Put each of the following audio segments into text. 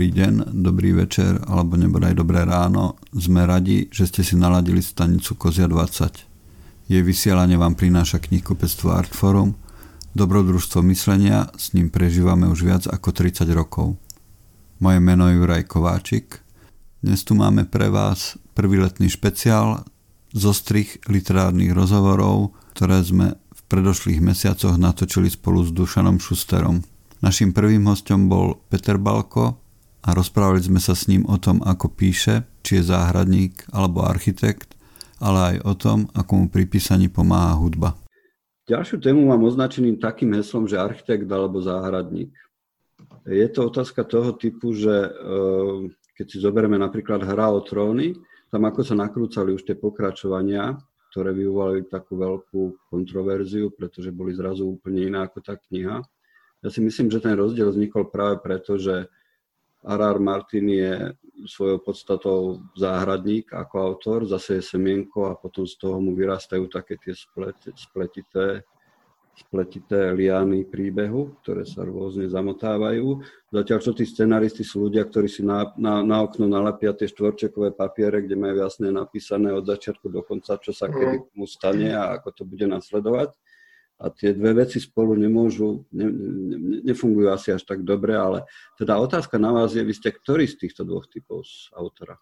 dobrý deň, dobrý večer alebo nebodaj dobré ráno. Sme radi, že ste si naladili stanicu Kozia 20. Jej vysielanie vám prináša knihkupectvo Artforum, dobrodružstvo myslenia, s ním prežívame už viac ako 30 rokov. Moje meno je Juraj Kováčik. Dnes tu máme pre vás prvý letný špeciál z ostrých literárnych rozhovorov, ktoré sme v predošlých mesiacoch natočili spolu s Dušanom Šusterom. Naším prvým hostom bol Peter Balko a rozprávali sme sa s ním o tom, ako píše, či je záhradník alebo architekt, ale aj o tom, ako mu pri písaní pomáha hudba. Ďalšiu tému mám označeným takým heslom, že architekt alebo záhradník. Je to otázka toho typu, že keď si zoberieme napríklad Hra o tróny, tam ako sa nakrúcali už tie pokračovania, ktoré vyvolali takú veľkú kontroverziu, pretože boli zrazu úplne iná ako tá kniha. Ja si myslím, že ten rozdiel vznikol práve preto, že R.R. Martin je svojou podstatou záhradník ako autor, zase je semienko a potom z toho mu vyrastajú také tie spletité liány príbehu, ktoré sa rôzne zamotávajú. Zatiaľ, čo tí scenaristi sú ľudia, ktorí si na okno nalepia tie štvorčekové papiere, kde majú jasne napísané od začiatku do konca, čo sa kedy mu stane a ako to bude nasledovať. A tie dve veci spolu nefungujú asi až tak dobre, ale teda otázka na vás je, vy ste ktorý z týchto dvoch typov z autora?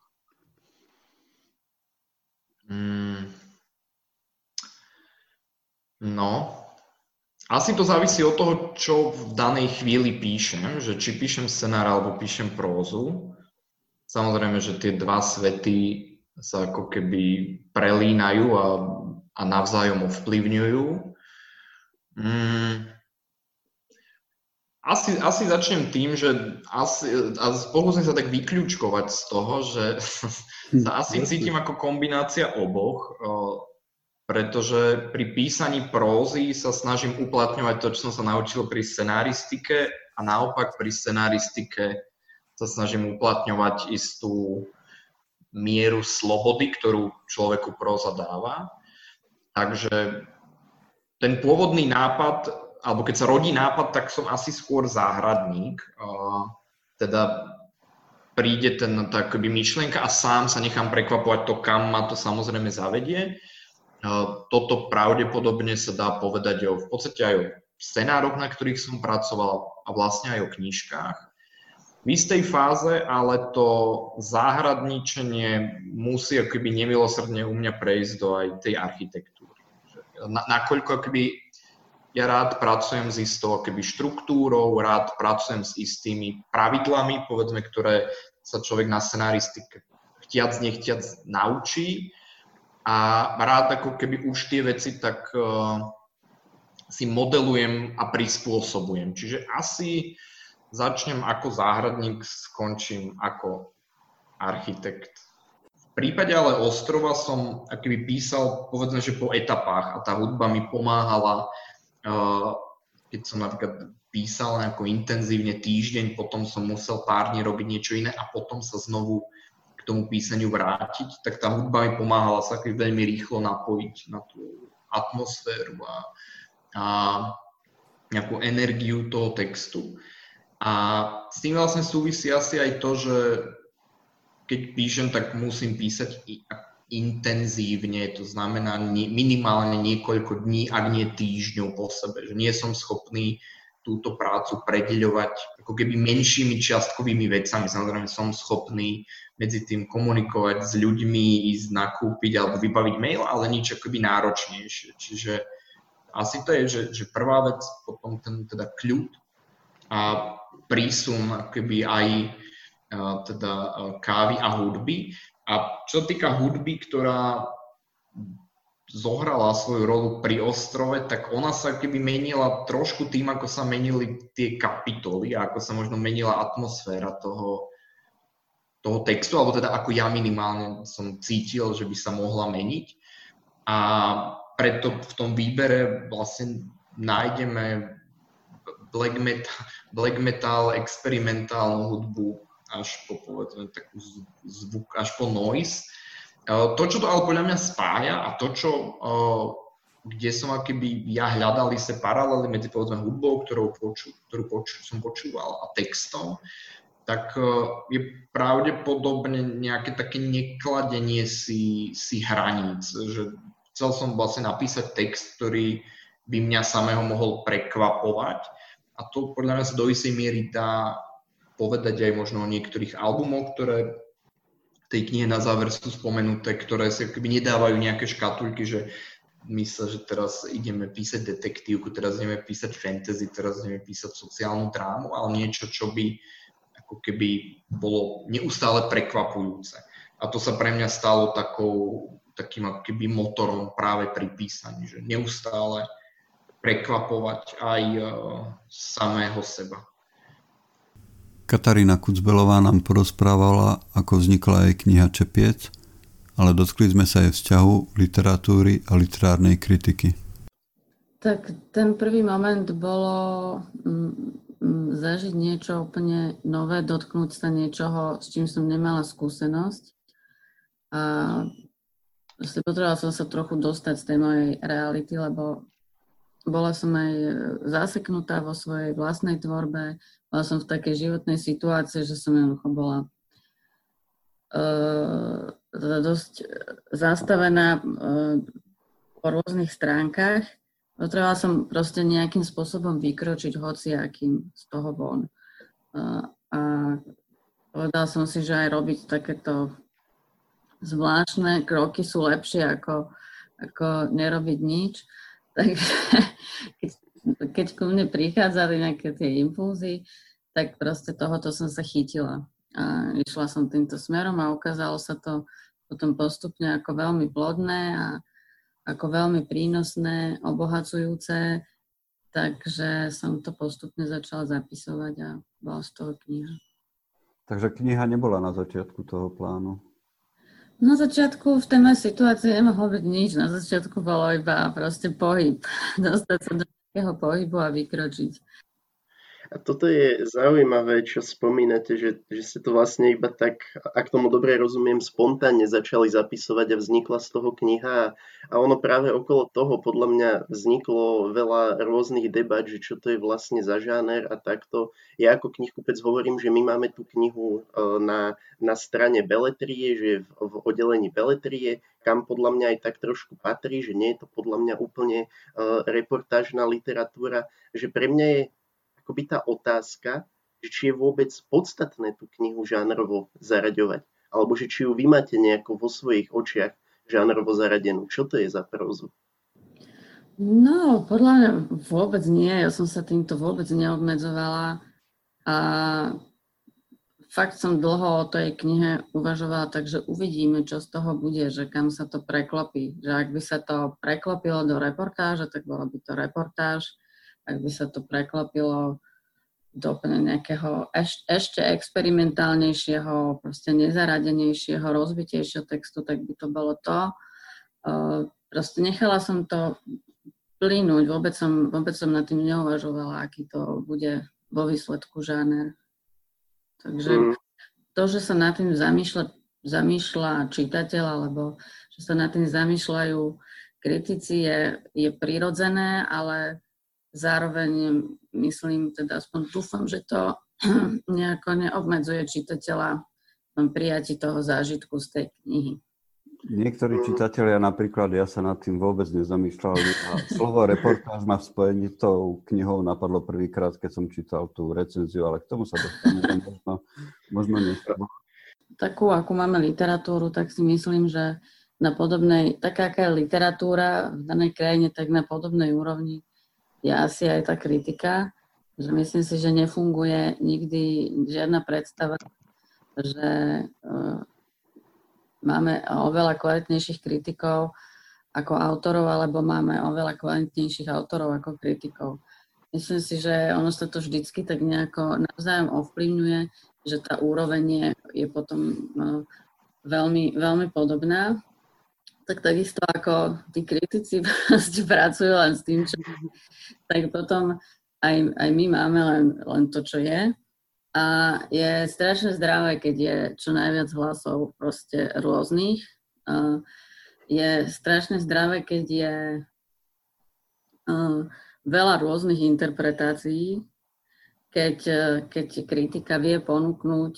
No, asi to závisí od toho, čo v danej chvíli píšem, že či píšem scenár alebo píšem prózu. Samozrejme, že tie dva svety sa ako keby prelínajú a navzájom ovplyvňujú. Asi začnem tým, že pokúsim sa tak vyklúčkovať z toho, že sa asi cítim ako kombinácia oboch, pretože pri písaní prózy sa snažím uplatňovať to, čo som sa naučil pri scenáristike a naopak pri scenáristike sa snažím uplatňovať istú mieru slobody, ktorú človeku próza dáva. Takže ten pôvodný nápad, alebo keď sa rodí nápad, tak som asi skôr záhradník. Teda príde tá myšlienka a sám sa nechám prekvapovať to, kam ma to samozrejme zavedie. Toto pravdepodobne sa dá povedať v podstate aj o scenároch, na ktorých som pracoval a vlastne aj o knižkách. V istej fáze ale to záhradníčenie musí akoby nemilosrdne u mňa prejsť do aj tej architektúry. Nakoľko akoby ja rád pracujem s istou akoby štruktúrou, rád pracujem s istými pravidlami, povedzme, ktoré sa človek na scenáristike chtiac nechtiac naučí a rád ako keby už tie veci tak si modelujem a prispôsobujem. Čiže asi začnem ako záhradník, skončím ako architekt. V prípade ale Ostrova som akoby písal, povedzme, že po etapách a tá hudba mi pomáhala, keď som napríklad písal nejako intenzívne týždeň, potom som musel pár dní robiť niečo iné a potom sa znovu k tomu písaniu vrátiť, tak tá hudba mi pomáhala sa akoby veľmi rýchlo napojiť na tú atmosféru a nejakú energiu toho textu. A s tým vlastne súvisí asi aj to, že keď píšem, tak musím písať intenzívne, to znamená minimálne niekoľko dní, ak nie týždňov po sebe. Že nie som schopný túto prácu predeľovať ako keby menšími čiastkovými vecami. Samozrejme som schopný medzi tým komunikovať s ľuďmi, ísť nakúpiť alebo vybaviť mail, ale nič akoby náročnejšie. Čiže asi to je, že prvá vec, potom ten teda kľud a prísun akoby aj teda kávy a hudby. A čo týka hudby, ktorá zohrala svoju rolu pri Ostrove, tak ona sa keby menila trošku tým, ako sa menili tie kapitoly a ako sa možno menila atmosféra toho textu, alebo teda ako ja minimálne som cítil, že by sa mohla meniť. A preto v tom výbere vlastne nájdeme black metal, experimentálnu hudbu, až po, povedzme, takú zvuk, až po noise. To, čo to ale podľa mňa spája a to, kde som akoby ja hľadal isté paralely medzi, povedzme, hudbou, ktorú som počúval a textom, tak je pravdepodobne nejaké také nekladenie si hraníc. Že chcel som vlastne napísať text, ktorý by mňa samého mohol prekvapovať. A to podľa mňa sa do istej miery dá povedať aj možno o niektorých albumoch, ktoré v tej knihe na záver sú spomenuté, ktoré sa akoby nedávajú nejaké škatulky, že myslia, že teraz ideme písať detektívku, teraz ideme písať fantasy, teraz ideme písať sociálnu drámu, ale niečo, čo by ako keby bolo neustále prekvapujúce. A to sa pre mňa stalo takým ako keby motorom práve pri písaní, že neustále prekvapovať aj samého seba. Katarína Kucbelová nám porozprávala, ako vznikla jej kniha Čepiec, ale dotkli sme sa jej vzťahu literatúry a literárnej kritiky. Tak ten prvý moment bolo zažiť niečo úplne nové, dotknúť sa niečoho, s čím som nemala skúsenosť. A potrebovala som sa trochu dostať z tej mojej reality, lebo bola som aj zaseknutá vo svojej vlastnej tvorbe, bola som v takej životnej situácii, že som jednoducho bola dosť zastavená po rôznych stránkach. Potrebovala som proste nejakým spôsobom vykročiť hociakým z toho von. A povedala som si, že aj robiť takéto zvláštne kroky sú lepšie ako nerobiť nič. Takže keď ku mne prichádzali nejaké tie impulzy, tak proste tohoto som sa chytila. A išla som týmto smerom a ukázalo sa to potom postupne ako veľmi plodné a ako veľmi prínosné, obohacujúce, takže som to postupne začala zapisovať a bola z toho kniha. Takže kniha nebola na začiatku toho plánu? Na začiatku v tej mojej situácii nemohlo byť nič, na začiatku bolo iba proste pohyb, dostať sa do nejakého pohybu a vykročiť. A toto je zaujímavé, čo spomínate, že ste to vlastne iba tak, ak tomu dobre rozumiem, spontánne začali zapisovať a vznikla z toho kniha. A ono práve okolo toho podľa mňa vzniklo veľa rôznych debat, že čo to je vlastne za žáner a takto. Ja ako knihkupec hovorím, že my máme tú knihu na strane beletrie, že v oddelení beletrie, kam podľa mňa aj tak trošku patrí, že nie je to podľa mňa úplne reportážna literatúra, že pre mňa je akoby tá otázka, že či je vôbec podstatné tú knihu žánrovo zaraďovať, alebo že či ju vy máte nejako vo svojich očiach žánrovo zaradenú. Čo to je za prózu? No, podľa mňa vôbec nie. Ja som sa týmto vôbec neobmedzovala a fakt som dlho o tej knihe uvažovala, takže uvidíme, čo z toho bude, že kam sa to preklopí. Že ak by sa to preklopilo do reportáže, tak bola by to reportáž. Ak by sa to preklopilo do nejakého ešte experimentálnejšieho, proste nezaradenejšieho, rozbitejšieho textu, tak by to bolo to. Proste nechala som to plynúť, vôbec som nad tým neuvažovala, aký to bude vo výsledku žáner. Takže to, že sa nad tým zamýšľa čitateľ, alebo že sa nad tým zamýšľajú kritici, je prirodzené, ale zároveň myslím, teda aspoň dúfam, že to nejako neobmedzuje čitateľa v prijatí toho zážitku z tej knihy. Niektorí čitatelia, napríklad ja sa nad tým vôbec nezamýšľali a slovo reportáž ma v spojení s tou knihou napadlo prvýkrát, keď som čítal tú recenziu, ale k tomu sa dostaneme možno neskôr. Takú, akú máme literatúru, tak si myslím, že na podobnej, taká aká je literatúra v danej krajine, tak na podobnej úrovni je asi aj tá kritika, že myslím si, že nefunguje nikdy žiadna predstava, že máme oveľa kvalitnejších kritikov ako autorov, alebo máme oveľa kvalitnejších autorov ako kritikov. Myslím si, že ono sa to vždycky tak nejako navzájom ovplyvňuje, že tá úroveň je potom veľmi, veľmi podobná. Tak takisto ako tí kritici pracujú len s tým, čo tak potom aj my máme len to, čo je. A je strašne zdravé, keď je čo najviac hlasov proste rôznych. Je strašne zdravé, keď je veľa rôznych interpretácií. keď kritika vie ponúknuť,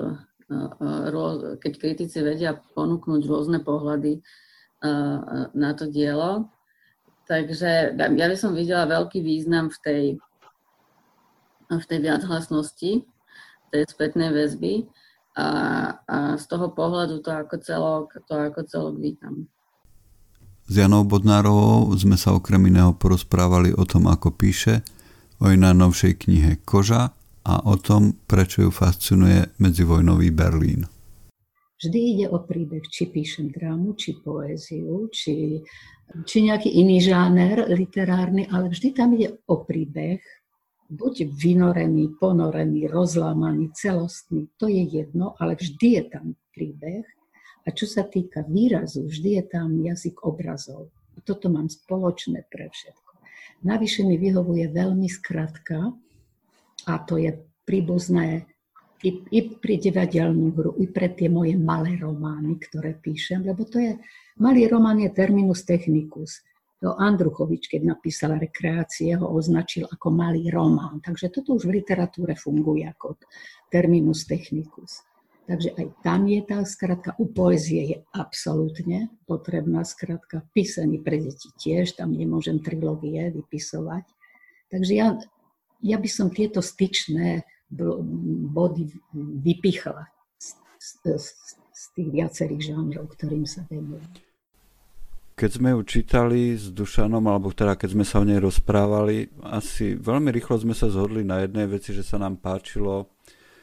keď kritici vedia ponúknuť rôzne pohľady na to dielo. Takže ja by som videla veľký význam v tej viachlasnosti, tej spätnej väzby a z toho pohľadu to ako celok vítam. S Janou Bodnárovou sme sa okrem iného porozprávali o tom, ako píše, o jej najnovšej knihe Koža a o tom, prečo ju fascinuje medzivojnový Berlín. Vždy ide o príbeh, či píšem drámu, či poéziu, či nejaký iný žáner literárny, ale vždy tam ide o príbeh, buď vynorený, ponorený, rozlámaný, celostný, to je jedno, ale vždy je tam príbeh. A čo sa týka výrazu, vždy je tam jazyk obrazov. A toto mám spoločné pre všetko. Navyše mi vyhovuje veľmi skratka, a to je príbuzné i pri divadelnú hru, i pre tie moje malé romány, ktoré píšem, lebo to je, malý román je terminus technicus. To Andruchovič, keď napísal Rekreácie, ho označil ako malý román. Takže toto už v literatúre funguje ako terminus technicus. Takže aj tam je tá skratka. U poézie je absolútne potrebná skratka. Písaní pre deti tiež, tam nemôžem trilógie vypisovať. Takže ja by som tieto styčné body vypichla z tých viacerých žánrov, ktorým sa venujem. Keď sme ju čítali s Dušanom, alebo teda keď sme sa o nej rozprávali, asi veľmi rýchlo sme sa zhodli na jednej veci, že sa nám páčilo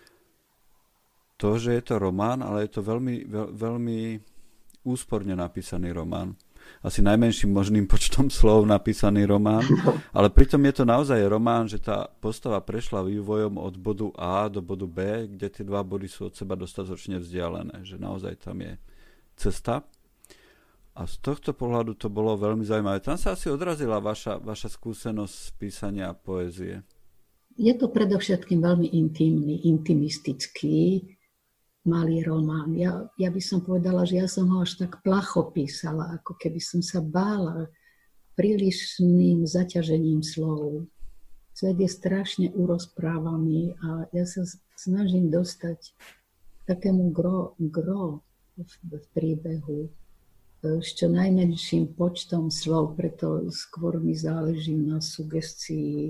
to, že je to román, ale je to veľmi úsporne napísaný román. Asi najmenším možným počtom slov napísaný román, ale pritom je to naozaj román, že tá postava prešla vývojom od bodu A do bodu B, kde tie dva body sú od seba dostatočne vzdialené, že naozaj tam je cesta. A z tohto pohľadu to bolo veľmi zaujímavé. Tam sa asi odrazila vaša skúsenosť z písania poézie. Je to predovšetkým veľmi intimný, intimistický malý román. Ja by som povedala, že ja som ho až tak placho písala, ako keby som sa bála prílišným zaťažením slov. Svet je strašne urozprávaný a ja sa snažím dostať takému gro v príbehu s čo najmenším počtom slov, preto skôr mi záleží na sugestii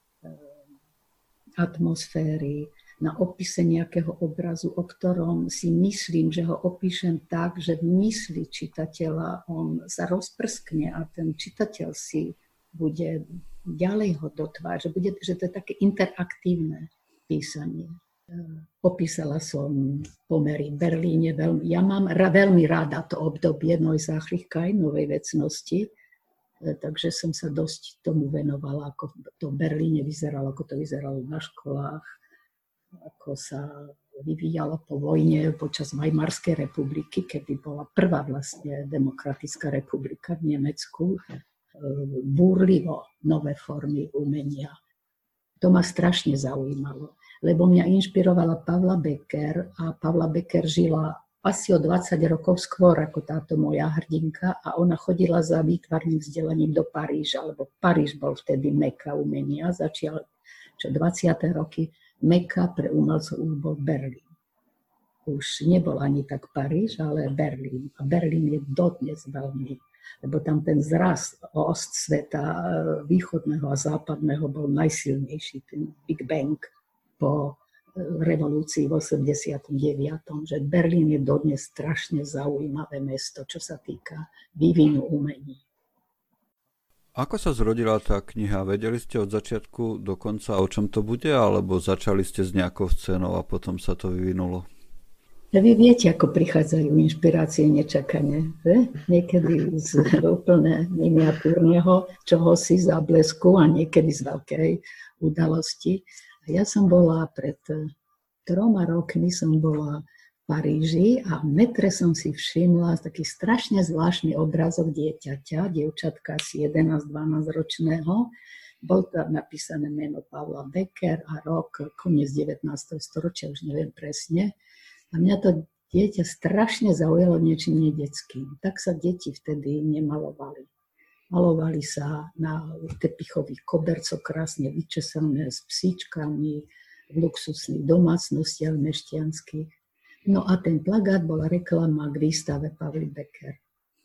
atmosféry, na opise nejakého obrazu, o ktorom si myslím, že ho opíšem tak, že v mysli čitateľa on sa rozprskne a ten čitateľ si bude ďalej ho dotvářať, že to je také interaktívne písanie. Opísala som pomery v Berlíne. Ja mám veľmi rada to obdobie Neusáchlichkeit, novej vecnosti, takže som sa dosť tomu venovala, ako to v Berlíne vyzeralo, ako to vyzeralo na školách, ako sa vyvíjalo po vojne počas Weimarskej republiky, kedy bola prvá vlastne demokratická republika v Nemecku, búrlivo nové formy umenia. To ma strašne zaujímalo, lebo mňa inšpirovala Pavla Becker a Pavla Becker žila asi o 20 rokov skôr ako táto moja hrdinka a ona chodila za výtvarným vzdelaním do Paríža, lebo Paríž bol vtedy meka umenia, začal 20. roky. Meka pre umelcov už bol Berlín. Už nebol ani tak Paríž, ale Berlín. A Berlín je dodnes veľmi, lebo tam ten zraz ost sveta východného a západného bol najsilnejší, ten Big Bang po revolúcii v 89. Že Berlín je dodnes strašne zaujímavé mesto, čo sa týka vývinu umení. Ako sa zrodila tá kniha? Vedeli ste od začiatku do konca, o čom to bude, alebo začali ste s nejakou scénou a potom sa to vyvinulo? Vy viete, ako prichádzajú inšpirácie nečakane. Niekedy z úplne miniatúrneho čohosi záblesku a niekedy z veľkej udalosti. Ja som bola pred 3 rokmi v Paríži a v metre som si všimla taký strašne zvláštny obrázok dievčatka asi 11-12 ročného. Bol tam napísané meno Pavla Becker a rok koniec 19. storočia, už neviem presne. A mňa to dieťa strašne zaujalo niečím nedetským. Tak sa deti vtedy nemalovali. Malovali sa na tepichových kobercoch krásne vyčesané s psíčkami v luxusných domácnostiach mešťanských. No a ten plagát bola reklama k výstave Pavly Becker.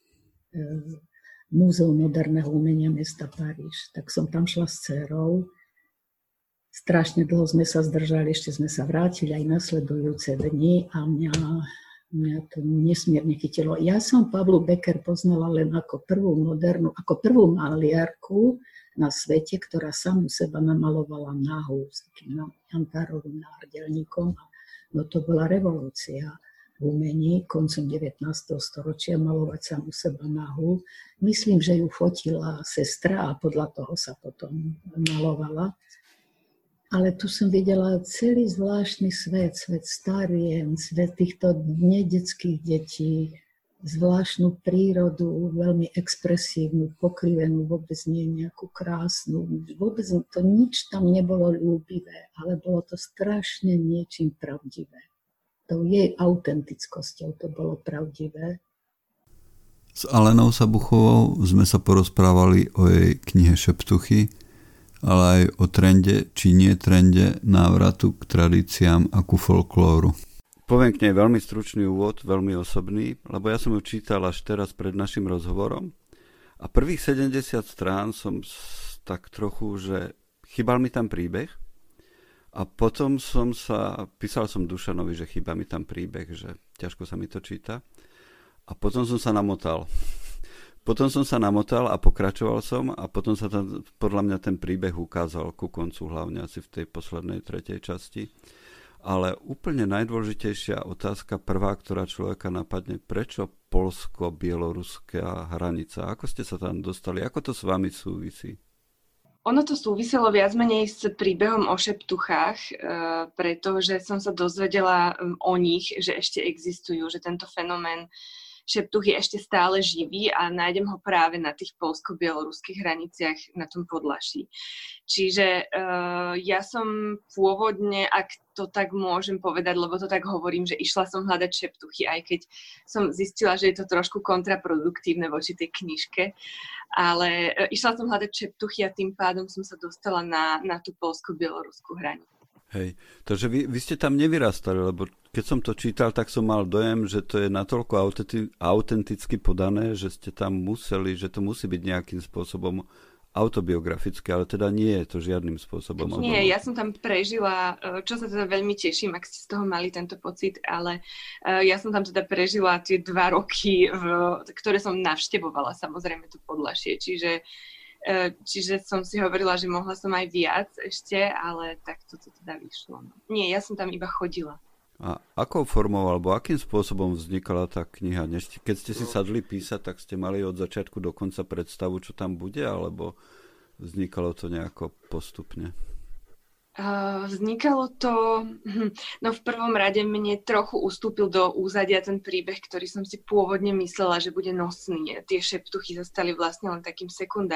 Múzeum moderného umenia mesta Paríž. Tak som tam šla s dcerou. Strašne dlho sme sa zdržali, ešte sme sa vrátili aj nasledujúce dni a mňa to nesmierne chytilo. Ja som Pavlu Becker poznala len ako prvú maliarku na svete, ktorá samu seba namalovala nahú s takým jantárovým náhrdelníkom. No to bola revolúcia v umení koncom 19. storočia malovať samu seba nahú. Myslím, že ju fotila sestra a podľa toho sa potom malovala. Ale tu som videla celý zvláštny svet starien, svet týchto nedetských detí, zvláštnu prírodu, veľmi expresívnu, pokrivenú, vôbec nie nejakú krásnu. Vôbec to nič tam nebolo ľúbivé, ale bolo to strašne niečím pravdivé. Tou jej autentickosťou to bolo pravdivé. S Alenou Sabuchovou sme sa porozprávali o jej knihe Šeptuchy, ale aj o trende, či nie trende návratu k tradíciám a ku folklóru. Poviem k nej veľmi stručný úvod, veľmi osobný, lebo ja som ju čítal až teraz pred našim rozhovorom a prvých 70 strán som tak trochu, že chýbal mi tam príbeh a potom písal som Dušanovi, že chýba mi tam príbeh, že ťažko sa mi to číta a potom som sa namotal. A pokračoval som a potom sa tam podľa mňa ten príbeh ukázal ku koncu, hlavne asi v tej poslednej tretej časti. Ale úplne najdôležitejšia otázka, prvá, ktorá človeka napadne, prečo poľsko-bieloruská hranica? Ako ste sa tam dostali? Ako to s vami súvisí? Ono to súviselo viac menej s príbehom o Šeptuchách, pretože som sa dozvedela o nich, že ešte existujú, že tento fenomén Šeptuch je ešte stále živý a nájdem ho práve na tých poľsko-bieloruských hraniciach na tom Podlaší. Čiže ja som pôvodne, ak to tak môžem povedať, lebo to tak hovorím, že išla som hľadať šeptuchy, aj keď som zistila, že je to trošku kontraproduktívne voči tej knižke, ale išla som hľadať šeptuchy a tým pádom som sa dostala na tú poľsko-bieloruskú hranicu. Hej, takže vy ste tam nevyrastali, lebo keď som to čítal, tak som mal dojem, že to je natoľko autenticky podané, že ste tam museli, že to musí byť nejakým spôsobom autobiografické, ale teda nie je to žiadnym spôsobom. Nie, ja som tam prežila, čo sa teda veľmi teším, ak ste z toho mali tento pocit, ale ja som tam teda prežila tie 2 roky, ktoré som navštevovala samozrejme to Podlašie, čiže som si hovorila, že mohla som aj viac ešte, ale takto to teda vyšlo. Nie, ja som tam iba chodila. A akou formou alebo akým spôsobom vznikala tá kniha? Keď ste si sadli písať, tak ste mali od začiatku do konca predstavu, čo tam bude, alebo vznikalo to nejako postupne? Vznikalo to, no v prvom rade mne trochu ustúpil do úzadia ten príbeh, ktorý som si pôvodne myslela, že bude nosný. Tie šeptuchy zostali vlastne len takým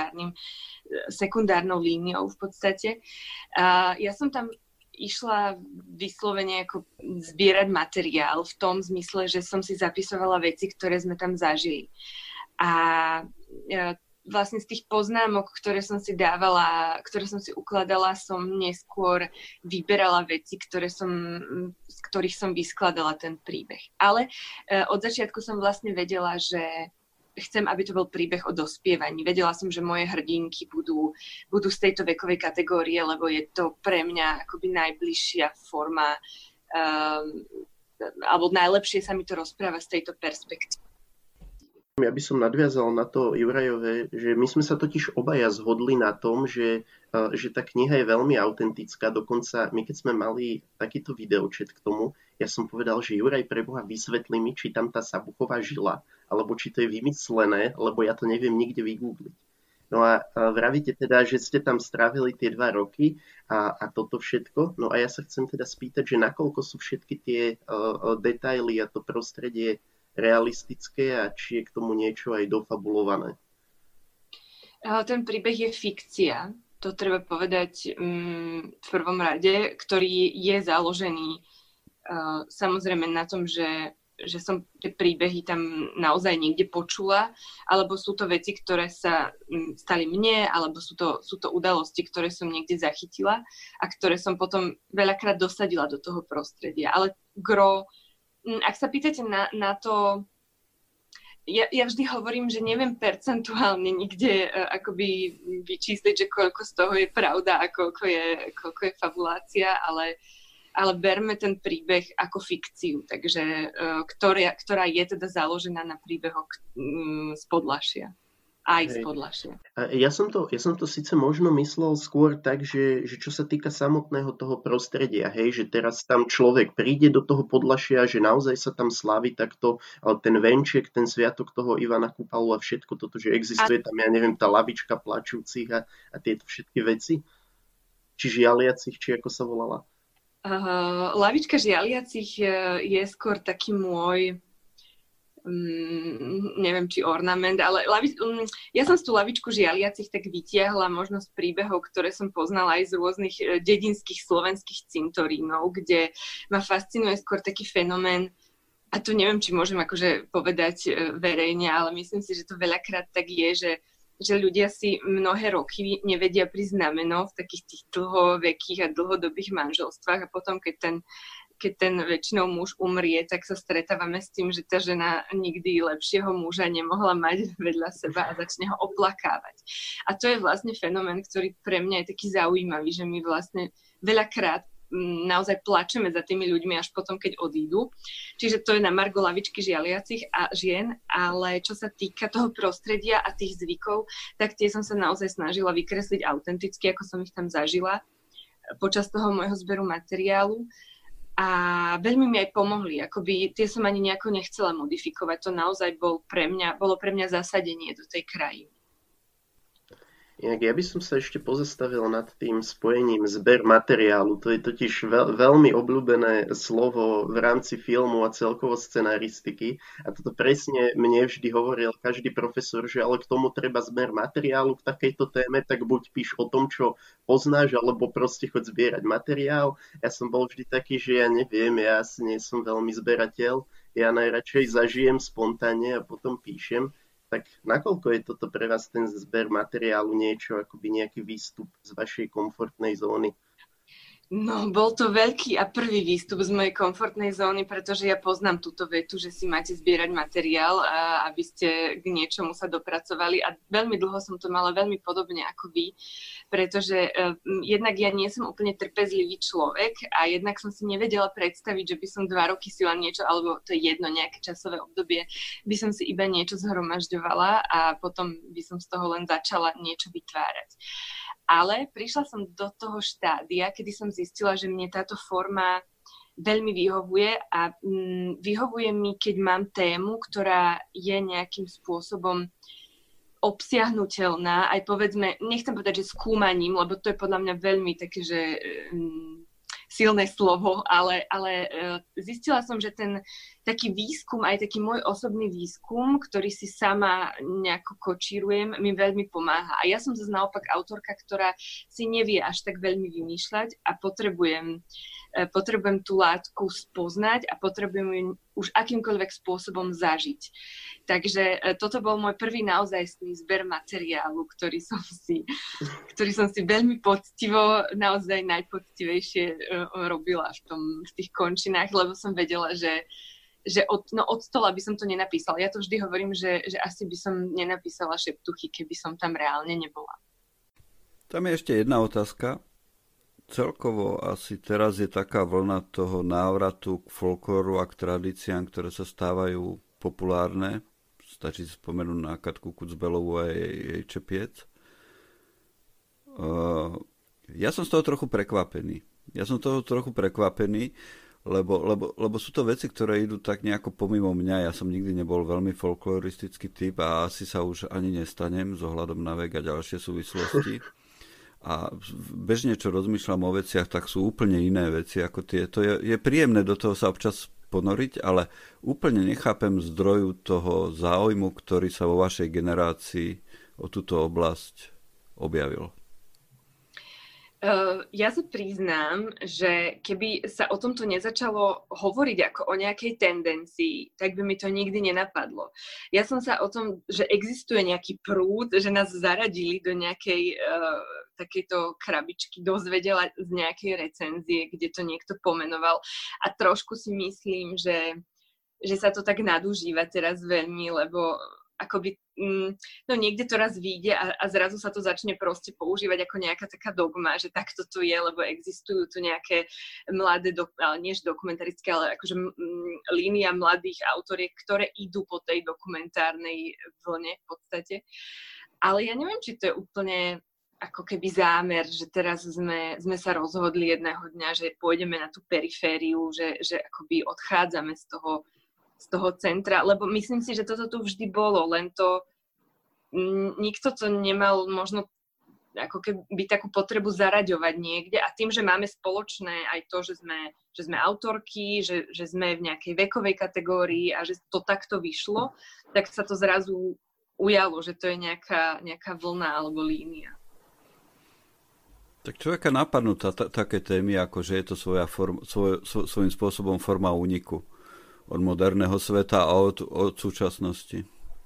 sekundárnou líniou v podstate. Ja som tam išla vyslovene ako zbierať materiál v tom zmysle, že som si zapisovala veci, ktoré sme tam zažili. A vlastne z tých poznámok, ktoré som si dávala, ktoré som si ukladala, som neskôr vyberala veci, z ktorých som vyskladala ten príbeh. Ale od začiatku som vlastne vedela, že chcem, aby to bol príbeh o dospievaní. Vedela som, že moje hrdinky budú z tejto vekovej kategórie, lebo je to pre mňa akoby najbližšia forma, alebo najlepšie sa mi to rozpráva z tejto perspektívy. Ja by som nadviazal na to Jurajové, že my sme sa totiž obaja zhodli na tom, že tá kniha je veľmi autentická. Dokonca my, keď sme mali takýto videočet k tomu, ja som povedal, že Juraj, preboha, vysvetli mi, či tam tá Sabuchová žila, alebo či to je vymyslené, lebo ja to neviem nikde vygoogliť. No a vravíte teda, že ste tam strávili tie 2 roky a toto všetko. No a ja sa chcem teda spýtať, že nakoľko sú všetky tie detaily a to prostredie realistické a či je k tomu niečo aj dofabulované? Ten príbeh je fikcia, to treba povedať v prvom rade, ktorý je založený samozrejme na tom, že som tie príbehy tam naozaj niekde počula, alebo sú to veci, ktoré sa stali mne, alebo sú to udalosti, ktoré som niekde zachytila a ktoré som potom veľakrát dosadila do toho prostredia. Ale ak sa pýtate na to, ja vždy hovorím, že neviem percentuálne nikde akoby vyčísliť, že koľko z toho je pravda a koľko je fabulácia, ale berme ten príbeh ako fikciu, takže ktorá je teda založená na príbehoch z Podlašia. Aj z Podlašia. Ja som to síce možno myslel skôr tak, že čo sa týka samotného toho prostredia, hej, že teraz tam človek príde do toho Podlašia, že naozaj sa tam slaví takto, ale ten venček, ten sviatok toho Ivana Kupalu a všetko toto, že existuje tam, ja neviem, tá lavička plačúcich a tieto všetky veci, či žialiacich, či ako sa volala? Lavička žialiacich je skôr taký môj neviem, či ornament, ale ja som z tú lavičku žialiacich tak vytiahla možno z príbehov, ktoré som poznala aj z rôznych dedinských slovenských cintorínov, kde ma fascinuje skôr taký fenomén, a tu neviem, či môžem akože povedať verejne, ale myslím si, že to veľakrát tak je, že ľudia si mnohé roky nevedia prísť na meno v takých tých dlhovekých a dlhodobých manželstvách a potom, keď ten väčšinou muž umrie, tak sa stretávame s tým, že tá žena nikdy lepšieho muža nemohla mať vedľa seba a začne ho oplakávať. A to je vlastne fenomén, ktorý pre mňa je taký zaujímavý, že my vlastne veľakrát naozaj plačeme za tými ľuďmi až potom, keď odídu. Čiže to je na margo lavičky žialiacich a žien, ale čo sa týka toho prostredia a tých zvykov, tak tie som sa naozaj snažila vykresliť autenticky, ako som ich tam zažila počas toho môjho zberu materiálu. A veľmi mi aj pomohli, akoby tie som ani nejako nechcela modifikovať, to naozaj bolo pre mňa zasadenie do tej krajiny. Inak ja by som sa ešte pozastavil nad tým spojením zber materiálu. To je totiž veľmi obľúbené slovo v rámci filmu a celkovo scenaristiky. A toto presne mne vždy hovoril každý profesor, že ale k tomu treba zber materiálu k takejto téme, tak buď píš o tom, čo poznáš, alebo proste choď zbierať materiál. Ja som bol vždy taký, že ja neviem, ja asi nie som veľmi zberateľ. Ja najradšej zažijem spontánne a potom píšem. Tak nakoľko je toto pre vás ten zber materiálu niečo, akoby nejaký výstup z vašej komfortnej zóny? No, bol to veľký a prvý výstup z mojej komfortnej zóny, pretože ja poznám túto vetu, že si máte zbierať materiál, aby ste k niečomu sa dopracovali a veľmi dlho som to mala veľmi podobne ako vy, pretože jednak ja nie som úplne trpezlivý človek a jednak som si nevedela predstaviť, že by som 2 roky si len niečo, alebo to je jedno nejaké časové obdobie, by som si iba niečo zhromažďovala a potom by som z toho len začala niečo vytvárať. Ale prišla som do toho štádia, kedy som zistila, že mne táto forma veľmi vyhovuje a vyhovuje mi, keď mám tému, ktorá je nejakým spôsobom obsiahnuteľná, aj povedzme, nechcem povedať, že skúmaním, lebo to je podľa mňa veľmi také, že silné slovo, ale zistila som, že ten taký výskum, aj taký môj osobný výskum, ktorý si sama nejako kočírujem, mi veľmi pomáha. A ja som zase naopak autorka, ktorá si nevie až tak veľmi vymýšľať a potrebujem tú látku spoznať a potrebujem ju už akýmkoľvek spôsobom zažiť. Takže toto bol môj prvý naozajstný zber materiálu, ktorý som si veľmi poctivo, naozaj najpoctivejšie robila v tých končinách, lebo som vedela, že od stola by som to nenapísala. Ja to vždy hovorím, že asi by som nenapísala šeptuchy, keby som tam reálne nebola. Tam je ešte jedna otázka. Celkovo asi teraz je taká vlna toho návratu k folklóru a k tradíciám, ktoré sa stávajú populárne. Stačí si spomenúť na Katku Kucbelovú a jej Čepiec. Ja som z toho trochu prekvapený. Lebo sú to veci, ktoré idú tak nejako pomimo mňa. Ja som nikdy nebol veľmi folkloristický typ a asi sa už ani nestanem z ohľadom na vek a ďalšie súvislosti. A bežne, čo rozmýšľam o veciach, tak sú úplne iné veci ako tie. To je príjemné do toho sa občas ponoriť, ale úplne nechápem zdroju toho záujmu, ktorý sa vo vašej generácii o túto oblasť objavil. Ja sa priznám, že keby sa o tomto nezačalo hovoriť ako o nejakej tendencii, tak by mi to nikdy nenapadlo. Ja som sa o tom, že existuje nejaký prúd, že nás zaradili do nejakej takejto krabičky, dozvedela z nejakej recenzie, kde to niekto pomenoval. A trošku si myslím, že sa to tak nadužíva teraz veľmi, lebo akoby, no niekde to raz vyjde a zrazu sa to začne proste používať ako nejaká taká dogma, že takto to je, lebo existujú tu nejaké mladé, nie dokumentarické, ale akože línia mladých autoriek, ktoré idú po tej dokumentárnej vlne v podstate. Ale ja neviem, či to je úplne ako keby zámer, že teraz sme sa rozhodli jedného dňa, že pôjdeme na tú perifériu, že akoby odchádzame z toho centra, lebo myslím si, že toto tu vždy bolo, len to nikto to nemal možno ako keby takú potrebu zaraďovať niekde a tým, že máme spoločné aj to, že sme autorky, že sme v nejakej vekovej kategórii a že to takto vyšlo, tak sa to zrazu ujalo, že to je nejaká vlna alebo línia. Tak človeka napadnú také témy, ako že je to svojím spôsobom forma úniku od moderného sveta a od súčasnosti?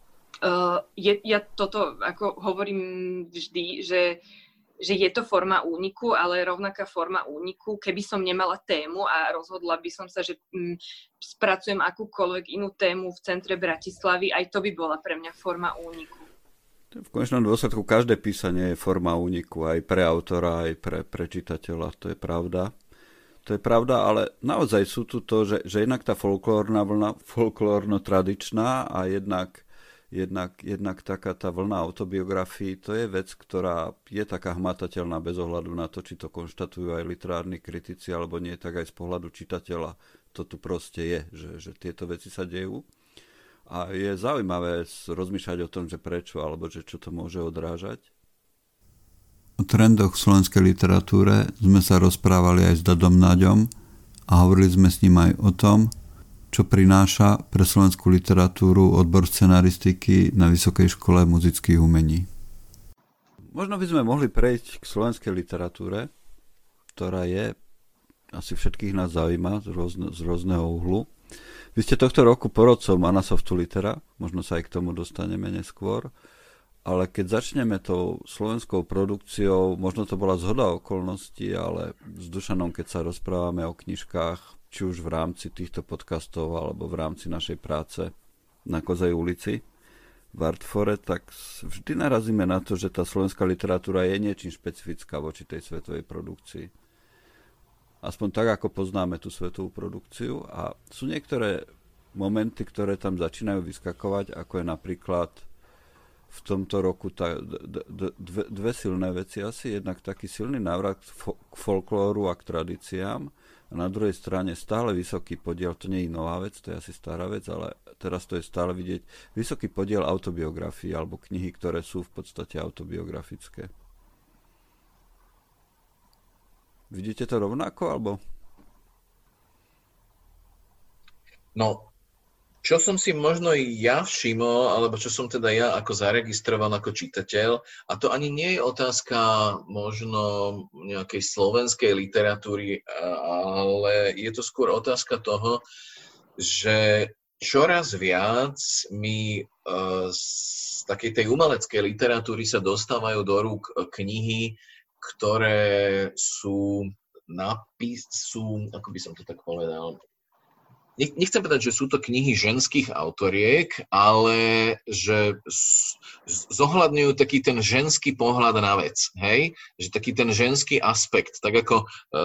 Ja toto ako hovorím vždy, že je to forma úniku, ale rovnaká forma úniku, keby som nemala tému a rozhodla by som sa, že spracujem akúkoľvek inú tému v centre Bratislavy, aj to by bola pre mňa forma úniku. V konečnom dôsledku každé písanie je forma úniku, aj pre autora, aj pre čitateľa, to je pravda. To je pravda, ale naozaj sú tu to, že jednak tá folklórna vlna, folklórno-tradičná a jednak taká tá vlna autobiografií, to je vec, ktorá je taká hmatateľná bez ohľadu na to, či to konštatujú aj literárni kritici, alebo nie, tak aj z pohľadu čitateľa to tu proste je, že tieto veci sa dejú. A je zaujímavé rozmýšľať o tom, že prečo, alebo že čo to môže odrážať. O trendoch v slovenskej literatúre sme sa rozprávali aj s Dadom Naďom a hovorili sme s ním aj o tom, čo prináša pre slovenskú literatúru odbor scenaristiky na Vysokej škole muzických umení. Možno by sme mohli prejsť k slovenskej literatúre, ktorá je, asi všetkých nás zaujíma z rôzneho uhlu. Vy ste tohto roku porodcom Anasoftu Litera, možno sa aj k tomu dostaneme neskôr, ale keď začneme tou slovenskou produkciou, možno to bola zhoda okolností, ale s Dušanom, keď sa rozprávame o knižkách, či už v rámci týchto podcastov, alebo v rámci našej práce na Kozej ulici v Artfore, tak vždy narazíme na to, že tá slovenská literatúra je niečím špecifická voči tej svetovej produkcii. Aspoň tak, ako poznáme tú svetovú produkciu. A sú niektoré momenty, ktoré tam začínajú vyskakovať, ako je napríklad v tomto roku dve silné veci asi. Jednak taký silný návrat k folklóru a k tradíciám. A na druhej strane stále vysoký podiel, to nie je nová vec, to je asi stará vec, ale teraz to je stále vidieť, vysoký podiel autobiografií alebo knihy, ktoré sú v podstate autobiografické. Vidíte to rovnako, alebo? No, čo som si možno ja všimol, alebo čo som teda ja ako zaregistroval ako čitateľ, a to ani nie je otázka možno nejakej slovenskej literatúry, ale je to skôr otázka toho, že čoraz viac mi z takej tej umeleckej literatúry sa dostávajú do rúk knihy, ktoré sú, ako by som to tak povedal, nechcem povedať, že sú to knihy ženských autoriek, ale že zohľadňujú taký ten ženský pohľad na vec, hej? Že taký ten ženský aspekt, tak ako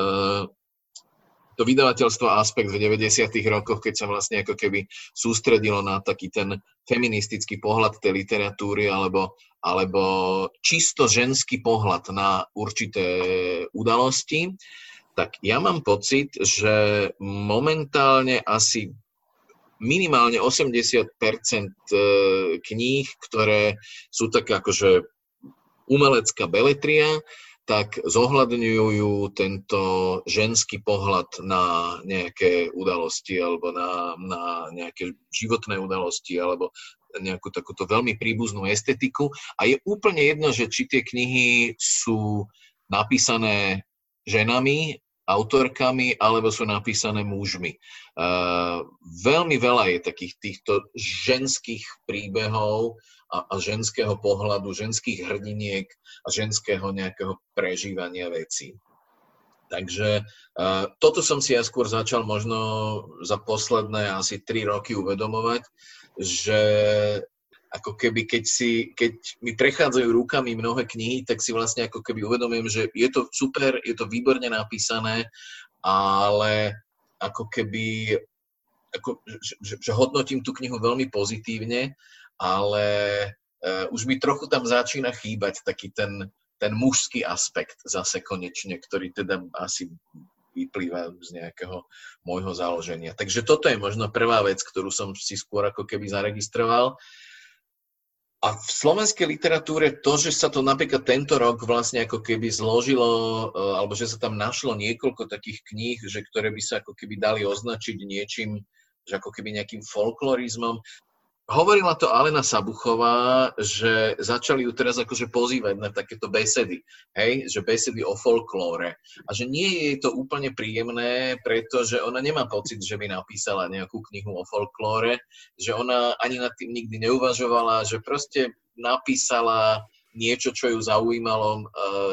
to vydavateľstvo Aspekt v 90. rokoch, keď sa vlastne ako keby sústredilo na taký ten feministický pohľad tej literatúry alebo čisto ženský pohľad na určité udalosti, tak ja mám pocit, že momentálne asi minimálne 80% kníh, ktoré sú také akože umelecká beletria, tak zohľadňujú tento ženský pohľad na nejaké udalosti alebo na nejaké životné udalosti alebo nejakú takúto veľmi príbuznú estetiku. A je úplne jedno, že či tie knihy sú napísané ženami, autorkami, alebo sú napísané mužmi. Veľmi veľa je takých týchto ženských príbehov a ženského pohľadu, ženských hrdiniek a ženského nejakého prežívania vecí. Takže toto som si ja skôr začal možno za posledné asi 3 roky uvedomovať, že ako keby keď mi prechádzajú rukami mnohé knihy, tak si vlastne ako keby uvedomujem, že je to super, je to výborne napísané, ale ako keby, že hodnotím tú knihu veľmi pozitívne, ale už mi trochu tam začína chýbať taký ten mužský aspekt zase konečne, ktorý teda asi vyplýva z nejakého môjho založenia. Takže toto je možno prvá vec, ktorú som si skôr ako keby zaregistroval. A v slovenskej literatúre to, že sa to napríklad tento rok vlastne ako keby zložilo, alebo že sa tam našlo niekoľko takých kníh, že ktoré by sa ako keby dali označiť niečím, že ako keby nejakým folklorizmom. Hovorila to Alena Sabuchová, že začali ju teraz akože pozývať na takéto besedy, hej, že besedy o folklóre. A že nie je to úplne príjemné, pretože ona nemá pocit, že by napísala nejakú knihu o folklóre, že ona ani nad tým nikdy neuvažovala, že proste napísala niečo, čo ju zaujímalo,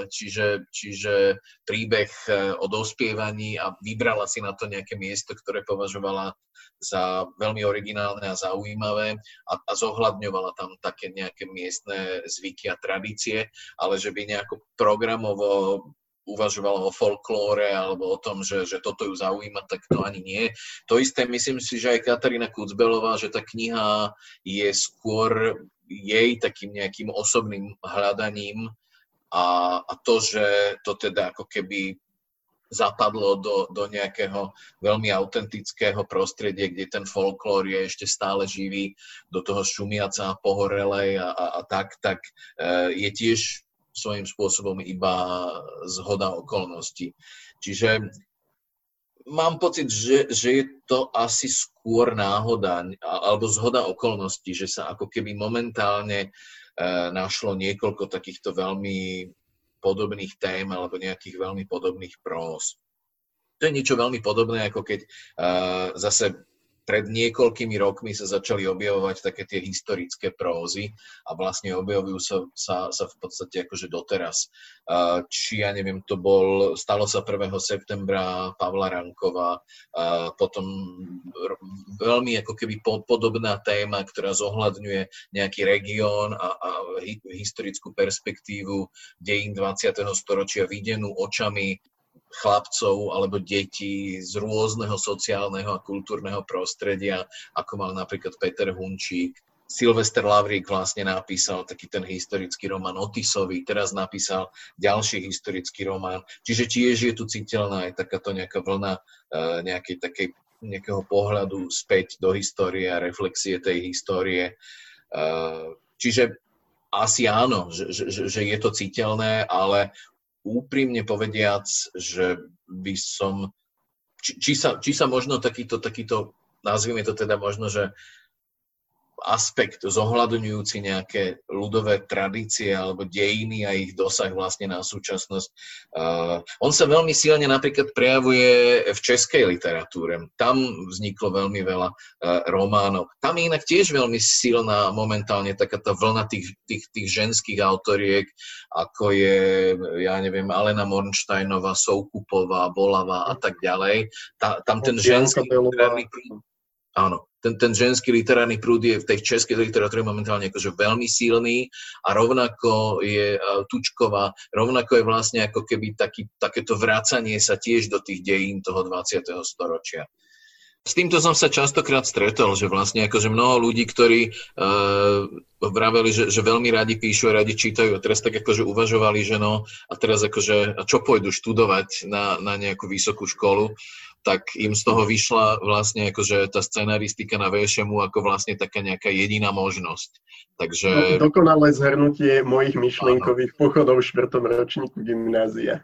čiže príbeh o dospievaní a vybrala si na to nejaké miesto, ktoré považovala za veľmi originálne a zaujímavé a zohľadňovala tam také nejaké miestne zvyky a tradície, ale že by nejako programovo uvažovala o folklóre alebo o tom, že toto ju zaujíma, tak to ani nie. To isté myslím si, že aj Katarína Kucbelová, že tá kniha je skôr jej takým nejakým osobným hľadaním a to, že to teda ako keby zapadlo do nejakého veľmi autentického prostredia, kde ten folklór je ešte stále živý, do toho šumiaca, pohorelej a tak je tiež svojím spôsobom iba zhoda okolností. Čiže mám pocit, že je to asi skôr náhoda alebo zhoda okolností, že sa ako keby momentálne našlo niekoľko takýchto veľmi podobných tém alebo nejakých veľmi podobných prós. To je niečo veľmi podobné, ako keď zase pred niekoľkými rokmi sa začali objavovať také tie historické prózy a vlastne objavujú sa v podstate akože doteraz. Či ja neviem, stalo sa 1. septembra Pavla Rankova, potom veľmi ako keby podobná téma, ktorá zohľadňuje nejaký región a historickú perspektívu dejín 20. storočia videnú očami chlapcov alebo detí z rôzneho sociálneho a kultúrneho prostredia, ako mal napríklad Peter Hunčík. Silvester Lavrík vlastne napísal taký ten historický román o Tisovi, teraz napísal ďalší historický román. Čiže tiež je tu citeľná aj takáto nejaká vlna nejakého pohľadu späť do histórie a reflexie tej histórie. Čiže asi áno, že je to citeľné, ale úprimne povediac, že by som... Či sa možno takýto, nazvime to teda možno, že aspekt zohľadňujúci nejaké ľudové tradície alebo dejiny a ich dosah vlastne na súčasnosť. On sa veľmi silne napríklad prejavuje v českej literatúre. Tam vzniklo veľmi veľa románov. Tam je inak tiež veľmi silná momentálne taká tá vlna tých ženských autoriek, ako je, ja neviem, Alena Mornsteinová, Soukupová, Bolavá a tak ďalej. Tam ten ženský literárny prúd, áno, ten ženský literárny prúd je v tej českej literatúre momentálne akože veľmi silný a rovnako je Tučková, rovnako je vlastne ako keby takéto vracanie sa tiež do tých dejín toho 20. storočia. S týmto som sa častokrát stretol, že vlastne akože mnoho ľudí, ktorí vraveli, že veľmi radi píšu a radi čítajú a teraz tak akože uvažovali, že no a teraz akože a čo pôjdu študovať na nejakú vysokú školu, tak im z toho vyšla vlastne akože tá scenaristika na VŠMU ako vlastne taká nejaká jediná možnosť. Takže... Dokonalé zhrnutie mojich myšlienkových pochodov v 4. ročníku gymnázia.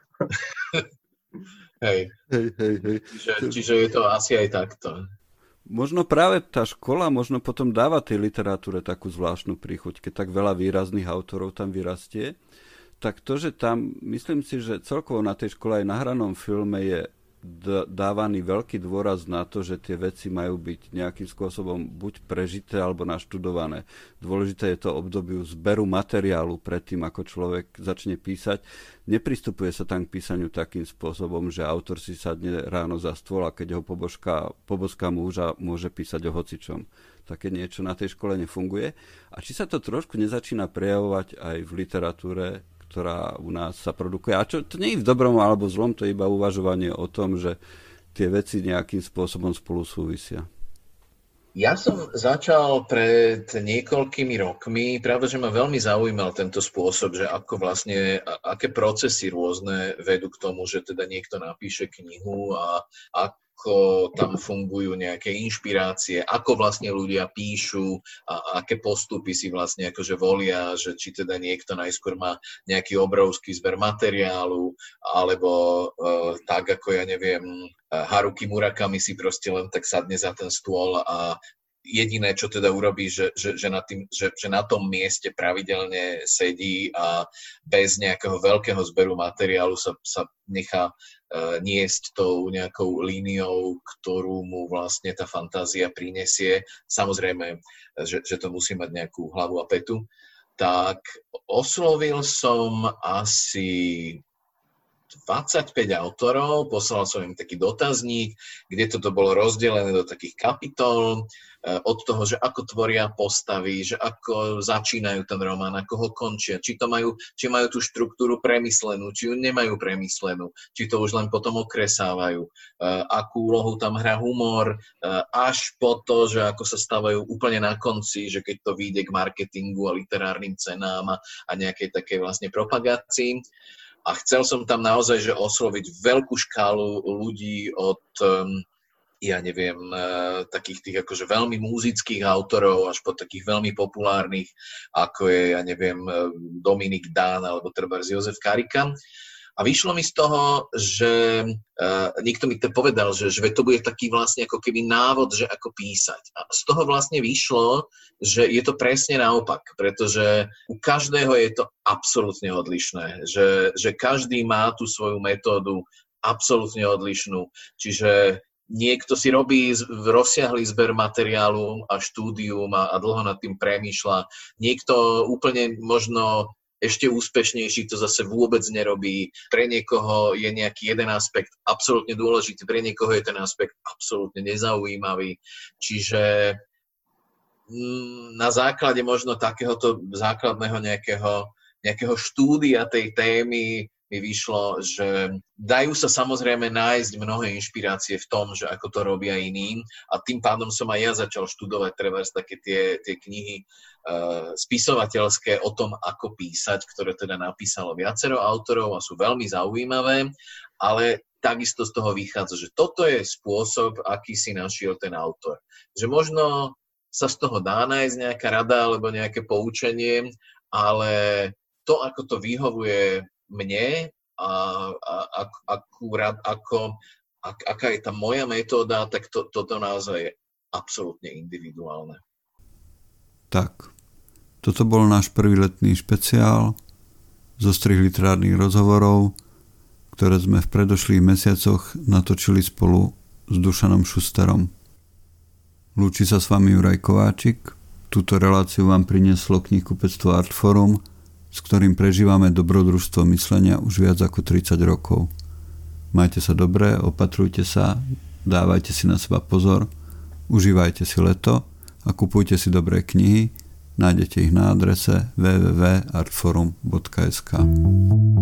Hej. Čiže je to asi aj takto. Možno práve tá škola možno potom dáva tej literatúre takú zvláštnu príchuť, keď tak veľa výrazných autorov tam vyrastie. tak to, že tam, myslím si, že celkovo na tej škole aj na hranom filme je dávaný veľký dôraz na to, že tie veci majú byť nejakým spôsobom buď prežité alebo naštudované. Dôležité je to obdobiu zberu materiálu predtým, ako človek začne písať. Nepristupuje sa tam k písaniu takým spôsobom, že autor si sadne ráno za stôl a keď ho poboská múža, môže písať o hocičom. Také niečo na tej škole nefunguje. A či sa to trošku nezačína prejavovať aj v literatúre, ktorá u nás sa produkuje. A čo, to nie je v dobrom alebo zlom, to je iba uvažovanie o tom, že tie veci nejakým spôsobom spolu súvisia. Ja som začal pred niekoľkými rokmi, práve že ma veľmi zaujímal tento spôsob, že ako vlastne, aké procesy rôzne vedú k tomu, že teda niekto napíše knihu a ako tam fungujú nejaké inšpirácie, ako vlastne ľudia píšu a aké postupy si vlastne akože volia, že či teda niekto najskôr má nejaký obrovský zber materiálu, alebo tak ako ja neviem, Haruki Murakami si proste len tak sadne za ten stôl a jediné, čo teda urobí, že na tom mieste pravidelne sedí a bez nejakého veľkého zberu materiálu sa nechá niesť tou nejakou líniou, ktorú mu vlastne tá fantázia prinesie. Samozrejme, že to musí mať nejakú hlavu a petu. Tak oslovil som asi 25 autorov, poslal som im taký dotazník, kde toto bolo rozdelené do takých kapitol, od toho, že ako tvoria postavy, že ako začínajú ten román, ako ho končia, či majú tú štruktúru premyslenú, či ju nemajú premyslenú, či to už len potom okresávajú, akú úlohu tam hrá humor, až po to, že ako sa stávajú úplne na konci, že keď to vyjde k marketingu a literárnym cenám a nejakej takej vlastne propagácii. A chcel som tam naozaj, že osloviť veľkú škálu ľudí od, ja neviem, takých tých akože veľmi múzických autorov až po takých veľmi populárnych, ako je, ja neviem, Dominik Dán alebo trebárs Jozef Karika. A vyšlo mi z toho, že niekto mi to povedal, že to bude taký vlastne ako keby návod, že ako písať. A z toho vlastne vyšlo, že je to presne naopak, pretože u každého je to absolútne odlišné. Že každý má tú svoju metódu absolútne odlišnú. Čiže niekto si robí rozsiahlý zber materiálu a štúdium a dlho nad tým premýšľa. Niekto úplne možno ešte úspešnejší to zase vôbec nerobí. Pre niekoho je nejaký jeden aspekt absolútne dôležitý, pre niekoho je ten aspekt absolútne nezaujímavý. Čiže na základe možno takéhoto základného nejakého štúdia tej témy mi vyšlo, že dajú sa samozrejme nájsť mnohé inšpirácie v tom, že ako to robia iní, a tým pádom som aj ja začal študovať trebárs také tie knihy spisovateľské o tom, ako písať, ktoré teda napísalo viacero autorov a sú veľmi zaujímavé, ale takisto z toho vychádza, že toto je spôsob, aký si našiel ten autor. Že možno sa z toho dá nájsť nejaká rada alebo nejaké poučenie, ale to, ako to vyhovuje mne a aká je tá moja metóda, tak toto naozaj je absolútne individuálne. Tak, toto bol náš prvý letný špeciál zo strých literárnych rozhovorov, ktoré sme v predošlých mesiacoch natočili spolu s Dušanom Šusterom. Lúči sa s vami Juraj Kováčik. Túto reláciu vám prinieslo knihkupectvo Artforum, s ktorým prežívame dobrodružstvo myslenia už viac ako 30 rokov. Majte sa dobre, opatrujte sa, dávajte si na seba pozor, užívajte si leto a kupujte si dobré knihy. Nájdete ich na adrese www.artforum.sk.